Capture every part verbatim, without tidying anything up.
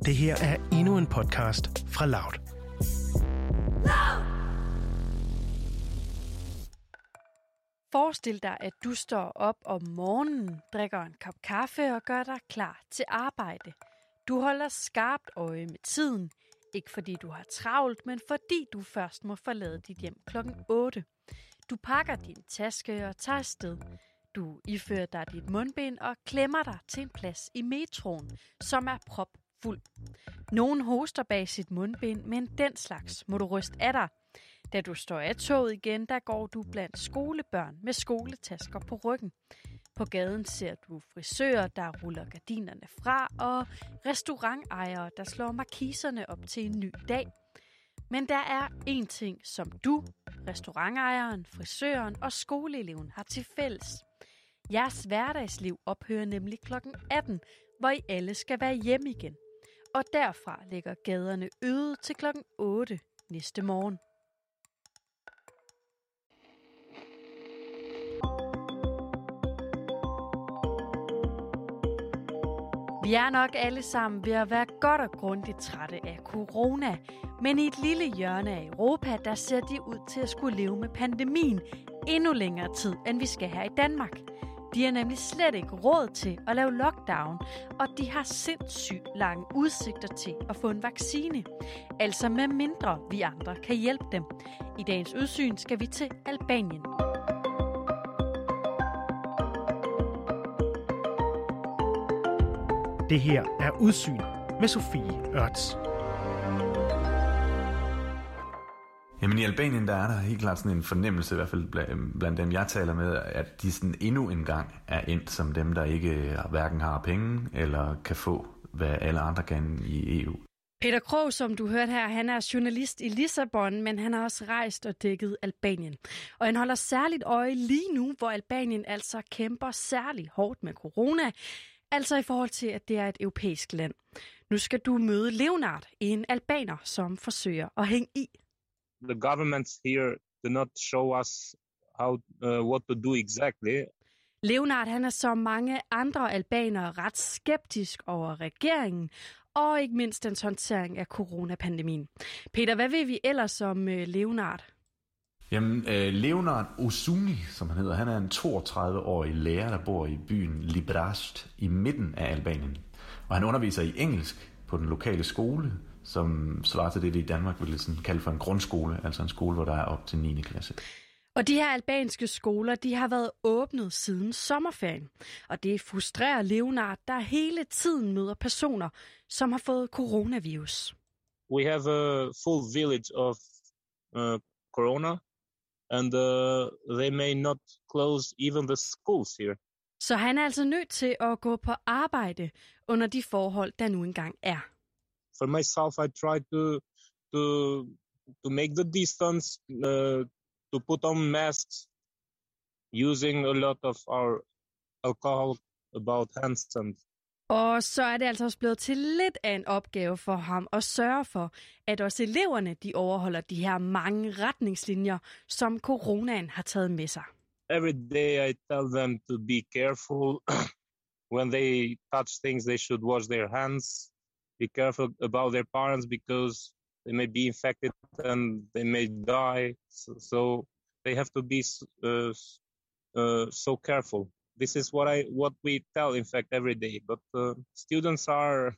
Det her er endnu en podcast fra Loud. Forestil dig, at du står op om morgenen, drikker en kop kaffe og gør dig klar til arbejde. Du holder skarpt øje med tiden. Ikke fordi du har travlt, men fordi du først må forlade dit hjem klokken otte. Du pakker din taske og tager afsted. Du ifører dig dit mundbind og klemmer dig til en plads i metroen, som er propfuld. Nogen hoster bag sit mundbind, men den slags må du ryste af dig. Da du står af toget igen, der går du blandt skolebørn med skoletasker på ryggen. På gaden ser du frisører, der ruller gardinerne fra, og restaurantejere, der slår markiserne op til en ny dag. Men der er én ting, som du, restaurantejeren, frisøren og skoleeleven har til fælles. Jeres hverdagsliv ophører nemlig klokken atten, hvor I alle skal være hjemme igen. Og derfra ligger gaderne øde til klokken otte næste morgen. Vi er nok alle sammen ved at være godt og grundigt trætte af corona. Men i et lille hjørne af Europa, der ser de ud til at skulle leve med pandemien endnu længere tid, end vi skal her i Danmark. De har nemlig slet ikke råd til at lave lockdown, og de har sindssygt lange udsigter til at få en vaccine. Altså med mindre vi andre kan hjælpe dem. I dagens udsyn skal vi til Albanien. Det her er Udsyn med Sofie Ørts. Jamen i Albanien, der er der helt klart sådan en fornemmelse, i hvert fald blandt dem, jeg taler med, at de sådan endnu en gang er endt som dem, der ikke hverken har penge eller kan få, hvad alle andre kan i E U. Peter Krog, som du hørte her, han er journalist i Lissabon, men han har også rejst og dækket Albanien. Og han holder særligt øje lige nu, hvor Albanien altså kæmper særligt hårdt med corona, altså i forhold til, at det er et europæisk land. Nu skal du møde Leonard, en albaner, som forsøger at hænge i. The governments here do not show us how uh, what to do exactly. Leonard, han er som mange andre albanere ret skeptisk over regeringen, og ikke mindst dens håndtering af coronapandemien. Peter, hvad ved vi ellers om Leonard? Jamen, øh, Leonard Osuni, som han hedder, han er en toogtredive-årig lærer, der bor i byen Librazhd i midten af Albanien. Og han underviser i engelsk på den lokale skole, som svarer til det, det i Danmark ville sådan kalde for en grundskole, altså en skole, hvor der er op til niende klasse. Og de her albanske skoler, de har været åbnet siden sommerferien. Og det frustrerer Leonard, der hele tiden møder personer, som har fået coronavirus. We have a full village of uh, corona, and uh, they may not close even the schools here. Så han er altså nødt til at gå på arbejde under de forhold, der nu engang er. For myself, I try to to to make the distance, uh, to put on masks, using a lot of our alcohol about hands. And Og så er det altså også blevet til lidt af en opgave for ham at sørge for, at også eleverne de overholder de her mange retningslinjer, som coronaen har taget med sig. Every day I tell them to be careful. When they touch things, they should wash their hands. Be careful about their parents because they may be infected and they may die. So, so they have to be uh, uh, so careful. This is what I what we tell, in fact, every day. But uh, students are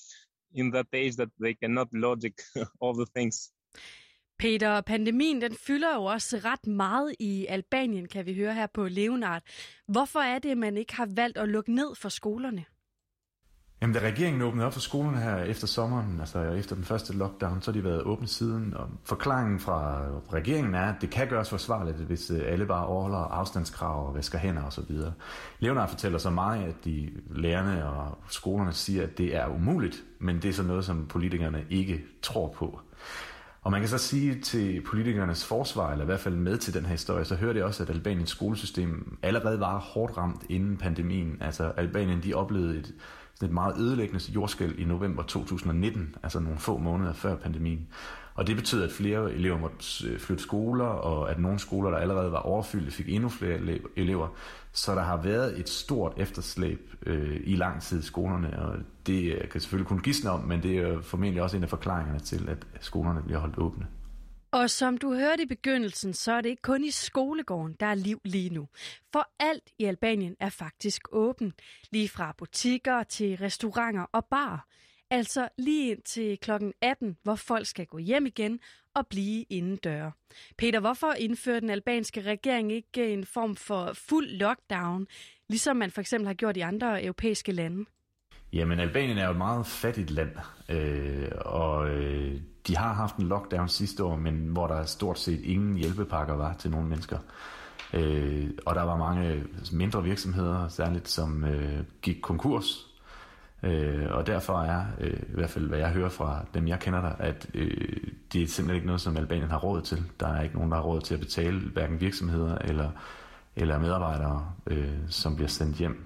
in that age that they cannot logic all the things. Peter, pandemien den fylder jo også ret meget i Albanien, kan vi høre her på Leonard. Hvorfor er det, at man ikke har valgt at lukke ned for skolerne? Jamen, da regeringen åbnede op for skolerne her efter sommeren, altså efter den første lockdown, så har de været åbne siden. Og forklaringen fra regeringen er, at det kan gøres forsvarligt, hvis alle bare overholder afstandskrav og vasker hænder osv. Leonard fortæller så meget, at de lærerne og skolerne siger, at det er umuligt, men det er så noget, som politikerne ikke tror på. Og man kan så sige til politikernes forsvar, eller i hvert fald med til den her historie, så hører det også, at Albaniens skolesystem allerede var hårdt ramt inden pandemien. Altså Albanien, de oplevede et et meget ødelæggende jordskælv i november to tusind nitten, altså nogle få måneder før pandemien. Og det betød, at flere elever måtte flytte skoler, og at nogle skoler, der allerede var overfyldte, fik endnu flere elever. Så der har været et stort efterslæb øh, i lang tid i skolerne, og det kan selvfølgelig kun gisne om, men det er formentlig også en af forklaringerne til, at skolerne bliver holdt åbne. Og som du hørte i begyndelsen, så er det ikke kun i skolegården, der er liv lige nu. For alt i Albanien er faktisk åben. Lige fra butikker til restauranter og barer. Altså lige ind til klokken atten, hvor folk skal gå hjem igen og blive indendøre. Peter, hvorfor indfører den albanske regering ikke en form for fuld lockdown, ligesom man for eksempel har gjort i andre europæiske lande? Jamen, Albanien er jo et meget fattigt land, øh, og øh, de har haft en lockdown sidste år, men hvor der stort set ingen hjælpepakker var til nogle mennesker. Øh, og der var mange mindre virksomheder, særligt som øh, gik konkurs. Øh, og derfor er, øh, i hvert fald hvad jeg hører fra dem, jeg kender der, at øh, det er simpelthen ikke noget, som Albanien har råd til. Der er ikke nogen, der har råd til at betale hverken virksomheder eller, eller medarbejdere, øh, som bliver sendt hjem.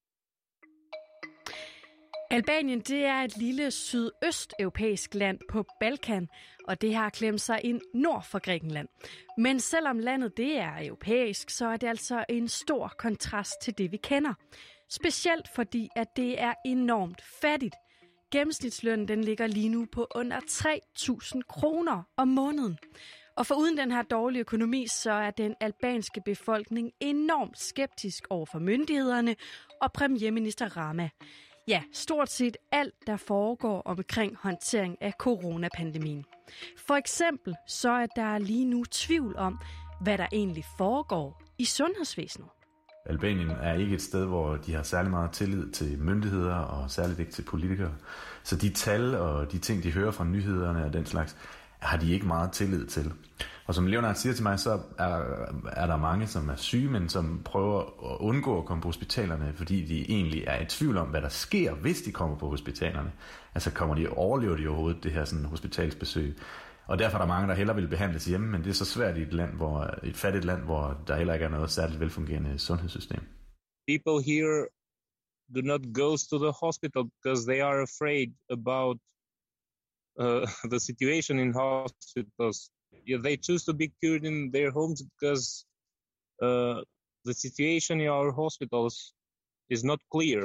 Albanien, det er et lille sydøsteuropæisk land på Balkan, og det har klemt sig ind nord for Grækenland. Men selvom landet det er europæisk, så er det altså en stor kontrast til det, vi kender. Specielt fordi, at det er enormt fattigt. Gennemsnitslønnen den ligger lige nu på under tre tusind kroner om måneden. Og foruden den her dårlige økonomi, så er den albanske befolkning enormt skeptisk over for myndighederne og premierminister Rama. Ja, stort set alt, der foregår omkring håndtering af coronapandemien. For eksempel så er der lige nu tvivl om, hvad der egentlig foregår i sundhedsvæsenet. Albanien er ikke et sted, hvor de har særlig meget tillid til myndigheder og særligt ikke til politikere. Så de tal og de ting, de hører fra nyhederne og den slags, har de ikke meget tillid til. Og som Leonard siger til mig, så er, er der mange, som er syge, men som prøver at undgå at komme på hospitalerne, fordi de egentlig er i tvivl om, hvad der sker, hvis de kommer på hospitalerne. Altså kommer de overlever de overhovedet det her sådan, hospitalsbesøg. Og derfor er der mange, der hellere vil behandles hjemme, men det er så svært i et land, hvor et fattigt land, hvor der heller ikke er noget særligt velfungerende sundhedssystem. People here do not go to the hospital because they are afraid about uh, the situation in hospitals. Yeah, they choose to be cured in their homes because uh, the situation in our hospitals is not clear.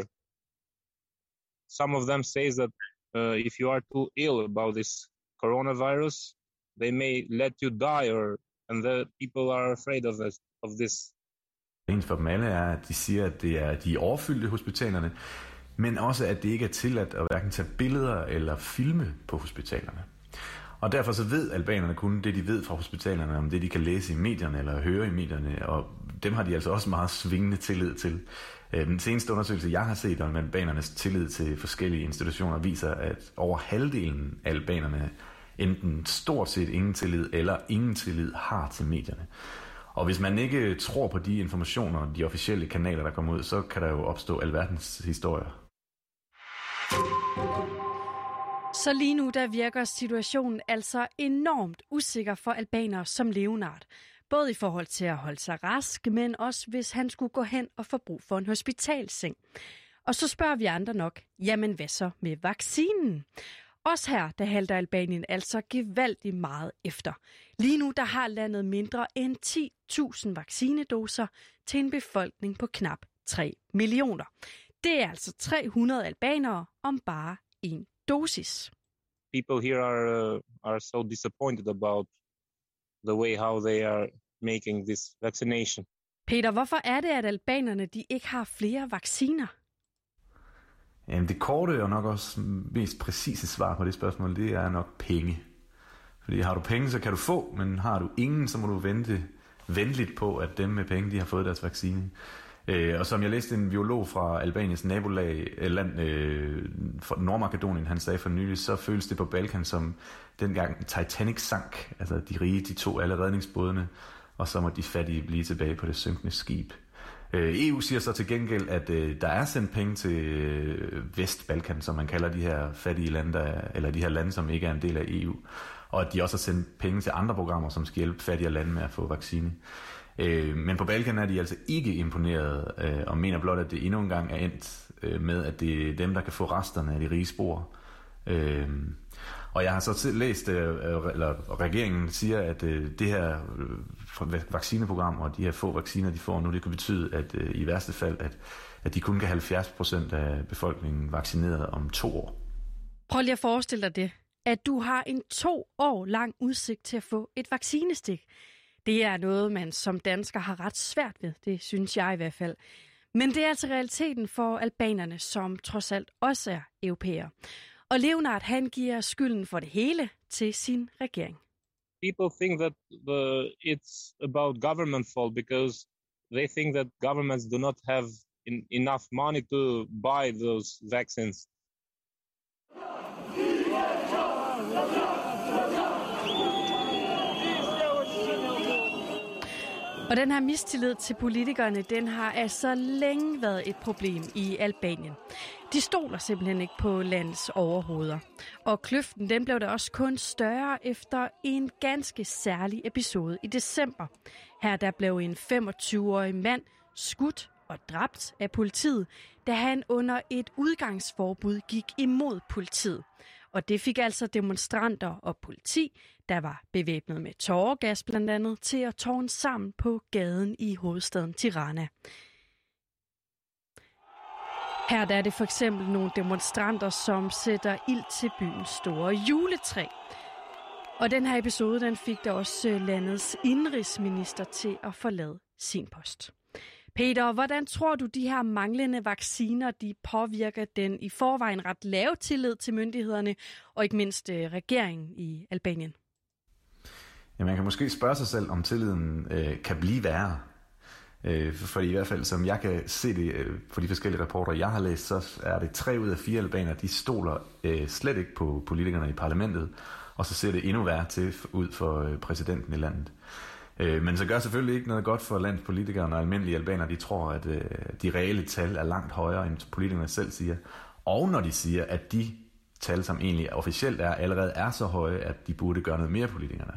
Some of them say that uh, if you are too ill about this coronavirus, they may let you die, or and the people are afraid of this. Of this. En for dem alle er, at de siger, at det er de overfyldte hospitalerne, men også, at det ikke er tilladt at hverken tage billeder eller filme på hospitalerne. Og derfor så ved albanerne kun det, de ved fra hospitalerne, om det, de kan læse i medierne eller høre i medierne, og dem har de altså også meget svingende tillid til. Den seneste undersøgelse, jeg har set om albanernes tillid til forskellige institutioner, viser, at over halvdelen af albanerne enten stort set ingen tillid eller ingen tillid har til medierne. Og hvis man ikke tror på de informationer, de officielle kanaler, der kommer ud, så kan der jo opstå alverdens historier. Så lige nu der virker situationen altså enormt usikker for albanere som Leonard. Både i forhold til at holde sig rask, men også hvis han skulle gå hen og få brug for en hospitalseng. Og så spørger vi andre nok, jamen hvad så med vaccinen? Også her, der halter Albanien altså gevaldigt meget efter. Lige nu der har landet mindre end ti tusind vaccinedoser til en befolkning på knap tre millioner. Det er altså tre hundrede albanere om bare en dosis. People here are uh, are so disappointed about the way how they are making this vaccination. Peter, hvorfor er det, at albanerne de ikke har flere vacciner? Jamen, det korte og nok også mest præcise svar på det spørgsmål, det er nok penge. Fordi har du penge, så kan du få, men har du ingen, så må du vente venligt på, at dem med penge, de har fået deres vaccine. Øh, og som jeg læste en biolog fra Albaniens nabolag, land, øh, fra Nordmakedonien, han sagde for nylig, så føles det på Balkan som dengang Titanic sank. Altså de rige, de tog alle redningsbådene, og så må de fattige blive tilbage på det synkende skib. E U siger så til gengæld, at øh, der er sendt penge til øh, Vestbalkan, som man kalder de her fattige lande, der, eller de her lande, som ikke er en del af E U. Og at de også har sendt penge til andre programmer, som skal hjælpe fattige lande med at få vaccine. Øh, men på Balkan er de altså ikke imponeret øh, og mener blot, at det endnu en gang er endt øh, med, at det er dem, der kan få resterne af de rige spor. Øh, og jeg har så læst, øh, eller regeringen siger, at øh, det her øh, vaccineprogram og de her få vacciner, de får nu, det kan betyde, at øh, i værste fald, at, at de kun kan halvfjerds procent af befolkningen vaccineret om to år. Prøv lige at forestille dig det, at du har en to år lang udsigt til at få et vaccinestik. Det er noget, man som dansker har ret svært ved, det synes jeg i hvert fald. Men det er altså realiteten for albanerne, som trods alt også er europæere. Og Leonard, han giver skylden for det hele til sin regering. People think that the, it's about government fault because they think that governments do not have in, enough money to buy those vaccines. Og den her mistillid til politikerne, den har altså længe været et problem i Albanien. De stoler simpelthen ikke på landets overhoveder. Og kløften, den blev da også kun større efter en ganske særlig episode i december. Her der blev en femogtyve-årig mand skudt og dræbt af politiet, da han under et udgangsforbud gik imod politiet. Og det fik altså demonstranter og politi, der var bevæbnet med tåregas blandt andet, til at tårne sammen på gaden i hovedstaden Tirana. Her der er det for eksempel nogle demonstranter, som sætter ild til byens store juletræ. Og den her episode, den fik da også landets indenrigsminister til at forlade sin post. Peter, hvordan tror du, de her manglende vacciner, de påvirker den i forvejen ret lave tillid til myndighederne, og ikke mindst øh, regeringen i Albanien? Ja, man kan måske spørge sig selv, om tilliden øh, kan blive værre. Øh, for i hvert fald, som jeg kan se det øh, på de forskellige rapporter, jeg har læst, så er det tre ud af fire albanere, de stoler øh, slet ikke på politikerne i parlamentet, og så ser det endnu værre til ud for øh, præsidenten i landet. Men så gør selvfølgelig ikke noget godt for landets politikere, når almindelige albanere de tror, at øh, de reelle tal er langt højere, end politikerne selv siger. Og når de siger, at de tal, som egentlig officielt er, allerede er så høje, at de burde gøre noget mere, politikerne.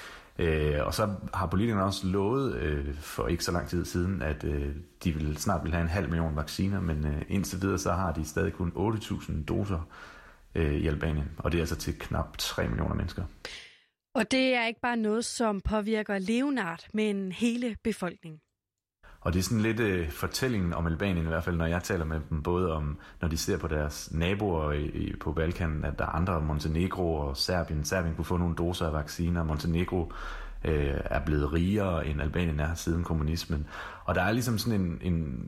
Øh, og så har politikerne også lovet øh, for ikke så lang tid siden, at øh, de vil, snart vil have en halv million vacciner, men øh, indtil videre så har de stadig kun otte tusind doser øh, i Albanien, og det er altså til knap tre millioner mennesker. Og det er ikke bare noget, som påvirker Leonard, men hele befolkningen. Og det er sådan lidt øh, fortællingen om Albanien, i hvert fald når jeg taler med dem, både om, når de ser på deres naboer i, i, på Balkan, at der er andre, Montenegro og Serbien. Serbien kunne få nogle doser af vacciner. Montenegro øh, er blevet rigere, end Albanien er siden kommunismen. Og der er ligesom sådan en, en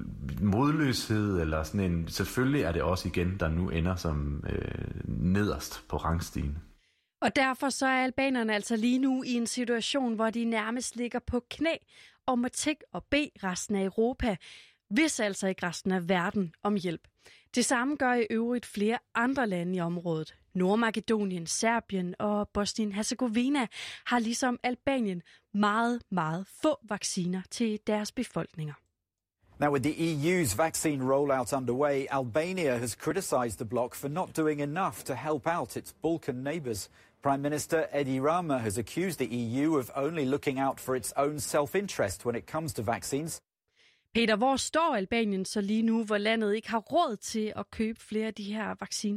modløshed, eller sådan en, selvfølgelig er det også igen, der nu ender som øh, nederst på rangstigen. Og derfor så er albanerne altså lige nu i en situation, hvor de nærmest ligger på knæ og må tigge og bede resten af Europa, hvis altså ikke resten af verden, om hjælp. Det samme gør i øvrigt flere andre lande i området. Nordmakedonien, Serbien og Bosnien-Herzegovina har ligesom Albanien meget, meget få vacciner til deres befolkninger. Now, with the E U's vaccine rollout underway, Albania has criticised the bloc for not doing enough to help out its Balkan neighbours. Prime Minister Edi Rama has accused the E U of only looking out for its own self-interest when it comes to vaccines. Peter, hvor står Albanien så lige nu, hvor landet ikke har råd til at købe flere af de her vacciner?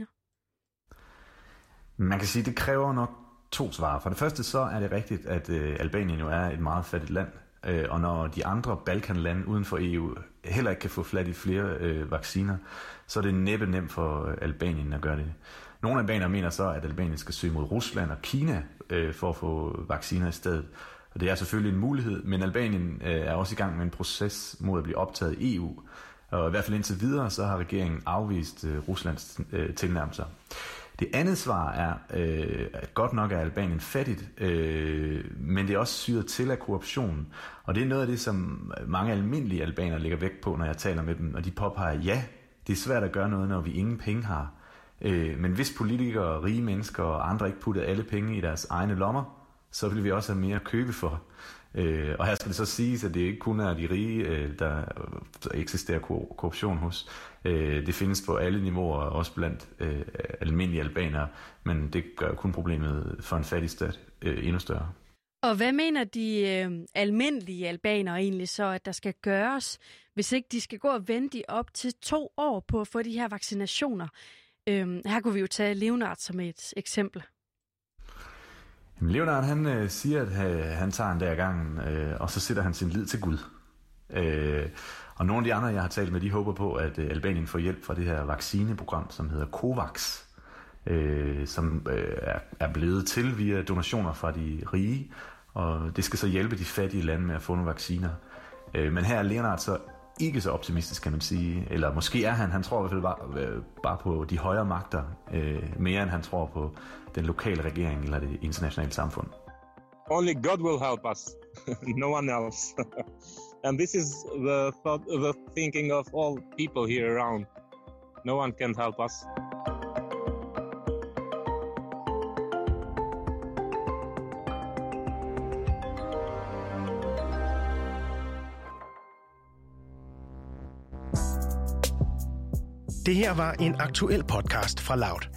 Man kan sige, at det kræver nok to svar. For det første så er det rigtigt, at øh, Albanien jo er et meget fattigt land. Øh, og når de andre Balkanlande uden for E U heller ikke kan få flat i flere øh, vacciner, så er det næppe nemt for Albanien at gøre det. Nogle albanere mener så, at Albanien skal søge mod Rusland og Kina øh, for at få vacciner i stedet. Og det er selvfølgelig en mulighed, men Albanien øh, er også i gang med en proces mod at blive optaget i E U. Og i hvert fald indtil videre, så har regeringen afvist øh, Ruslands øh, tilnærmelser. Det andet svar er, øh, at godt nok er Albanien fattigt, øh, men det er også syret til af korruption. Og det er noget af det, som mange almindelige albanere lægger vægt på, når jeg taler med dem. Og de påpeger, ja, det er svært at gøre noget, når vi ingen penge har. Øh, men hvis politikere, rige mennesker og andre ikke puttede alle penge i deres egne lommer, så vil vi også have mere at købe for. Øh, og her skal det så siges, at det ikke kun er de rige, øh, der, der eksisterer korruption hos. Øh, det findes på alle niveauer, også blandt øh, almindelige albanere, men det gør kun problemet for en fattig stat øh, endnu større. Og hvad mener de øh, almindelige albanere egentlig så, at der skal gøres, hvis ikke de skal gå og vente op til to år på at få de her vaccinationer? Øh, her kunne vi jo tage Leonard som et eksempel. Jamen, Leonard han øh, siger, at øh, han tager en dag ad gangen, øh, og så sætter han sin lid til Gud. Øh, og nogle af de andre, jeg har talt med, de håber på, at øh, Albanien får hjælp fra det her vaccineprogram, som hedder COVAX, øh, som øh, er, er blevet til via donationer fra de rige, og det skal så hjælpe de fattige lande med at få nogle vacciner. Øh, men her er Leonard så ikke så optimistisk, kan man sige. Eller måske er han, han tror i hvert fald bare, øh, bare på de højere magter, øh, mere end han tror på den lokale regering eller det internationale samfund. Only God will help us, no one else. And this is the thought, the thinking of all people here around. No one can help us. Det her var en aktuel podcast fra Loud.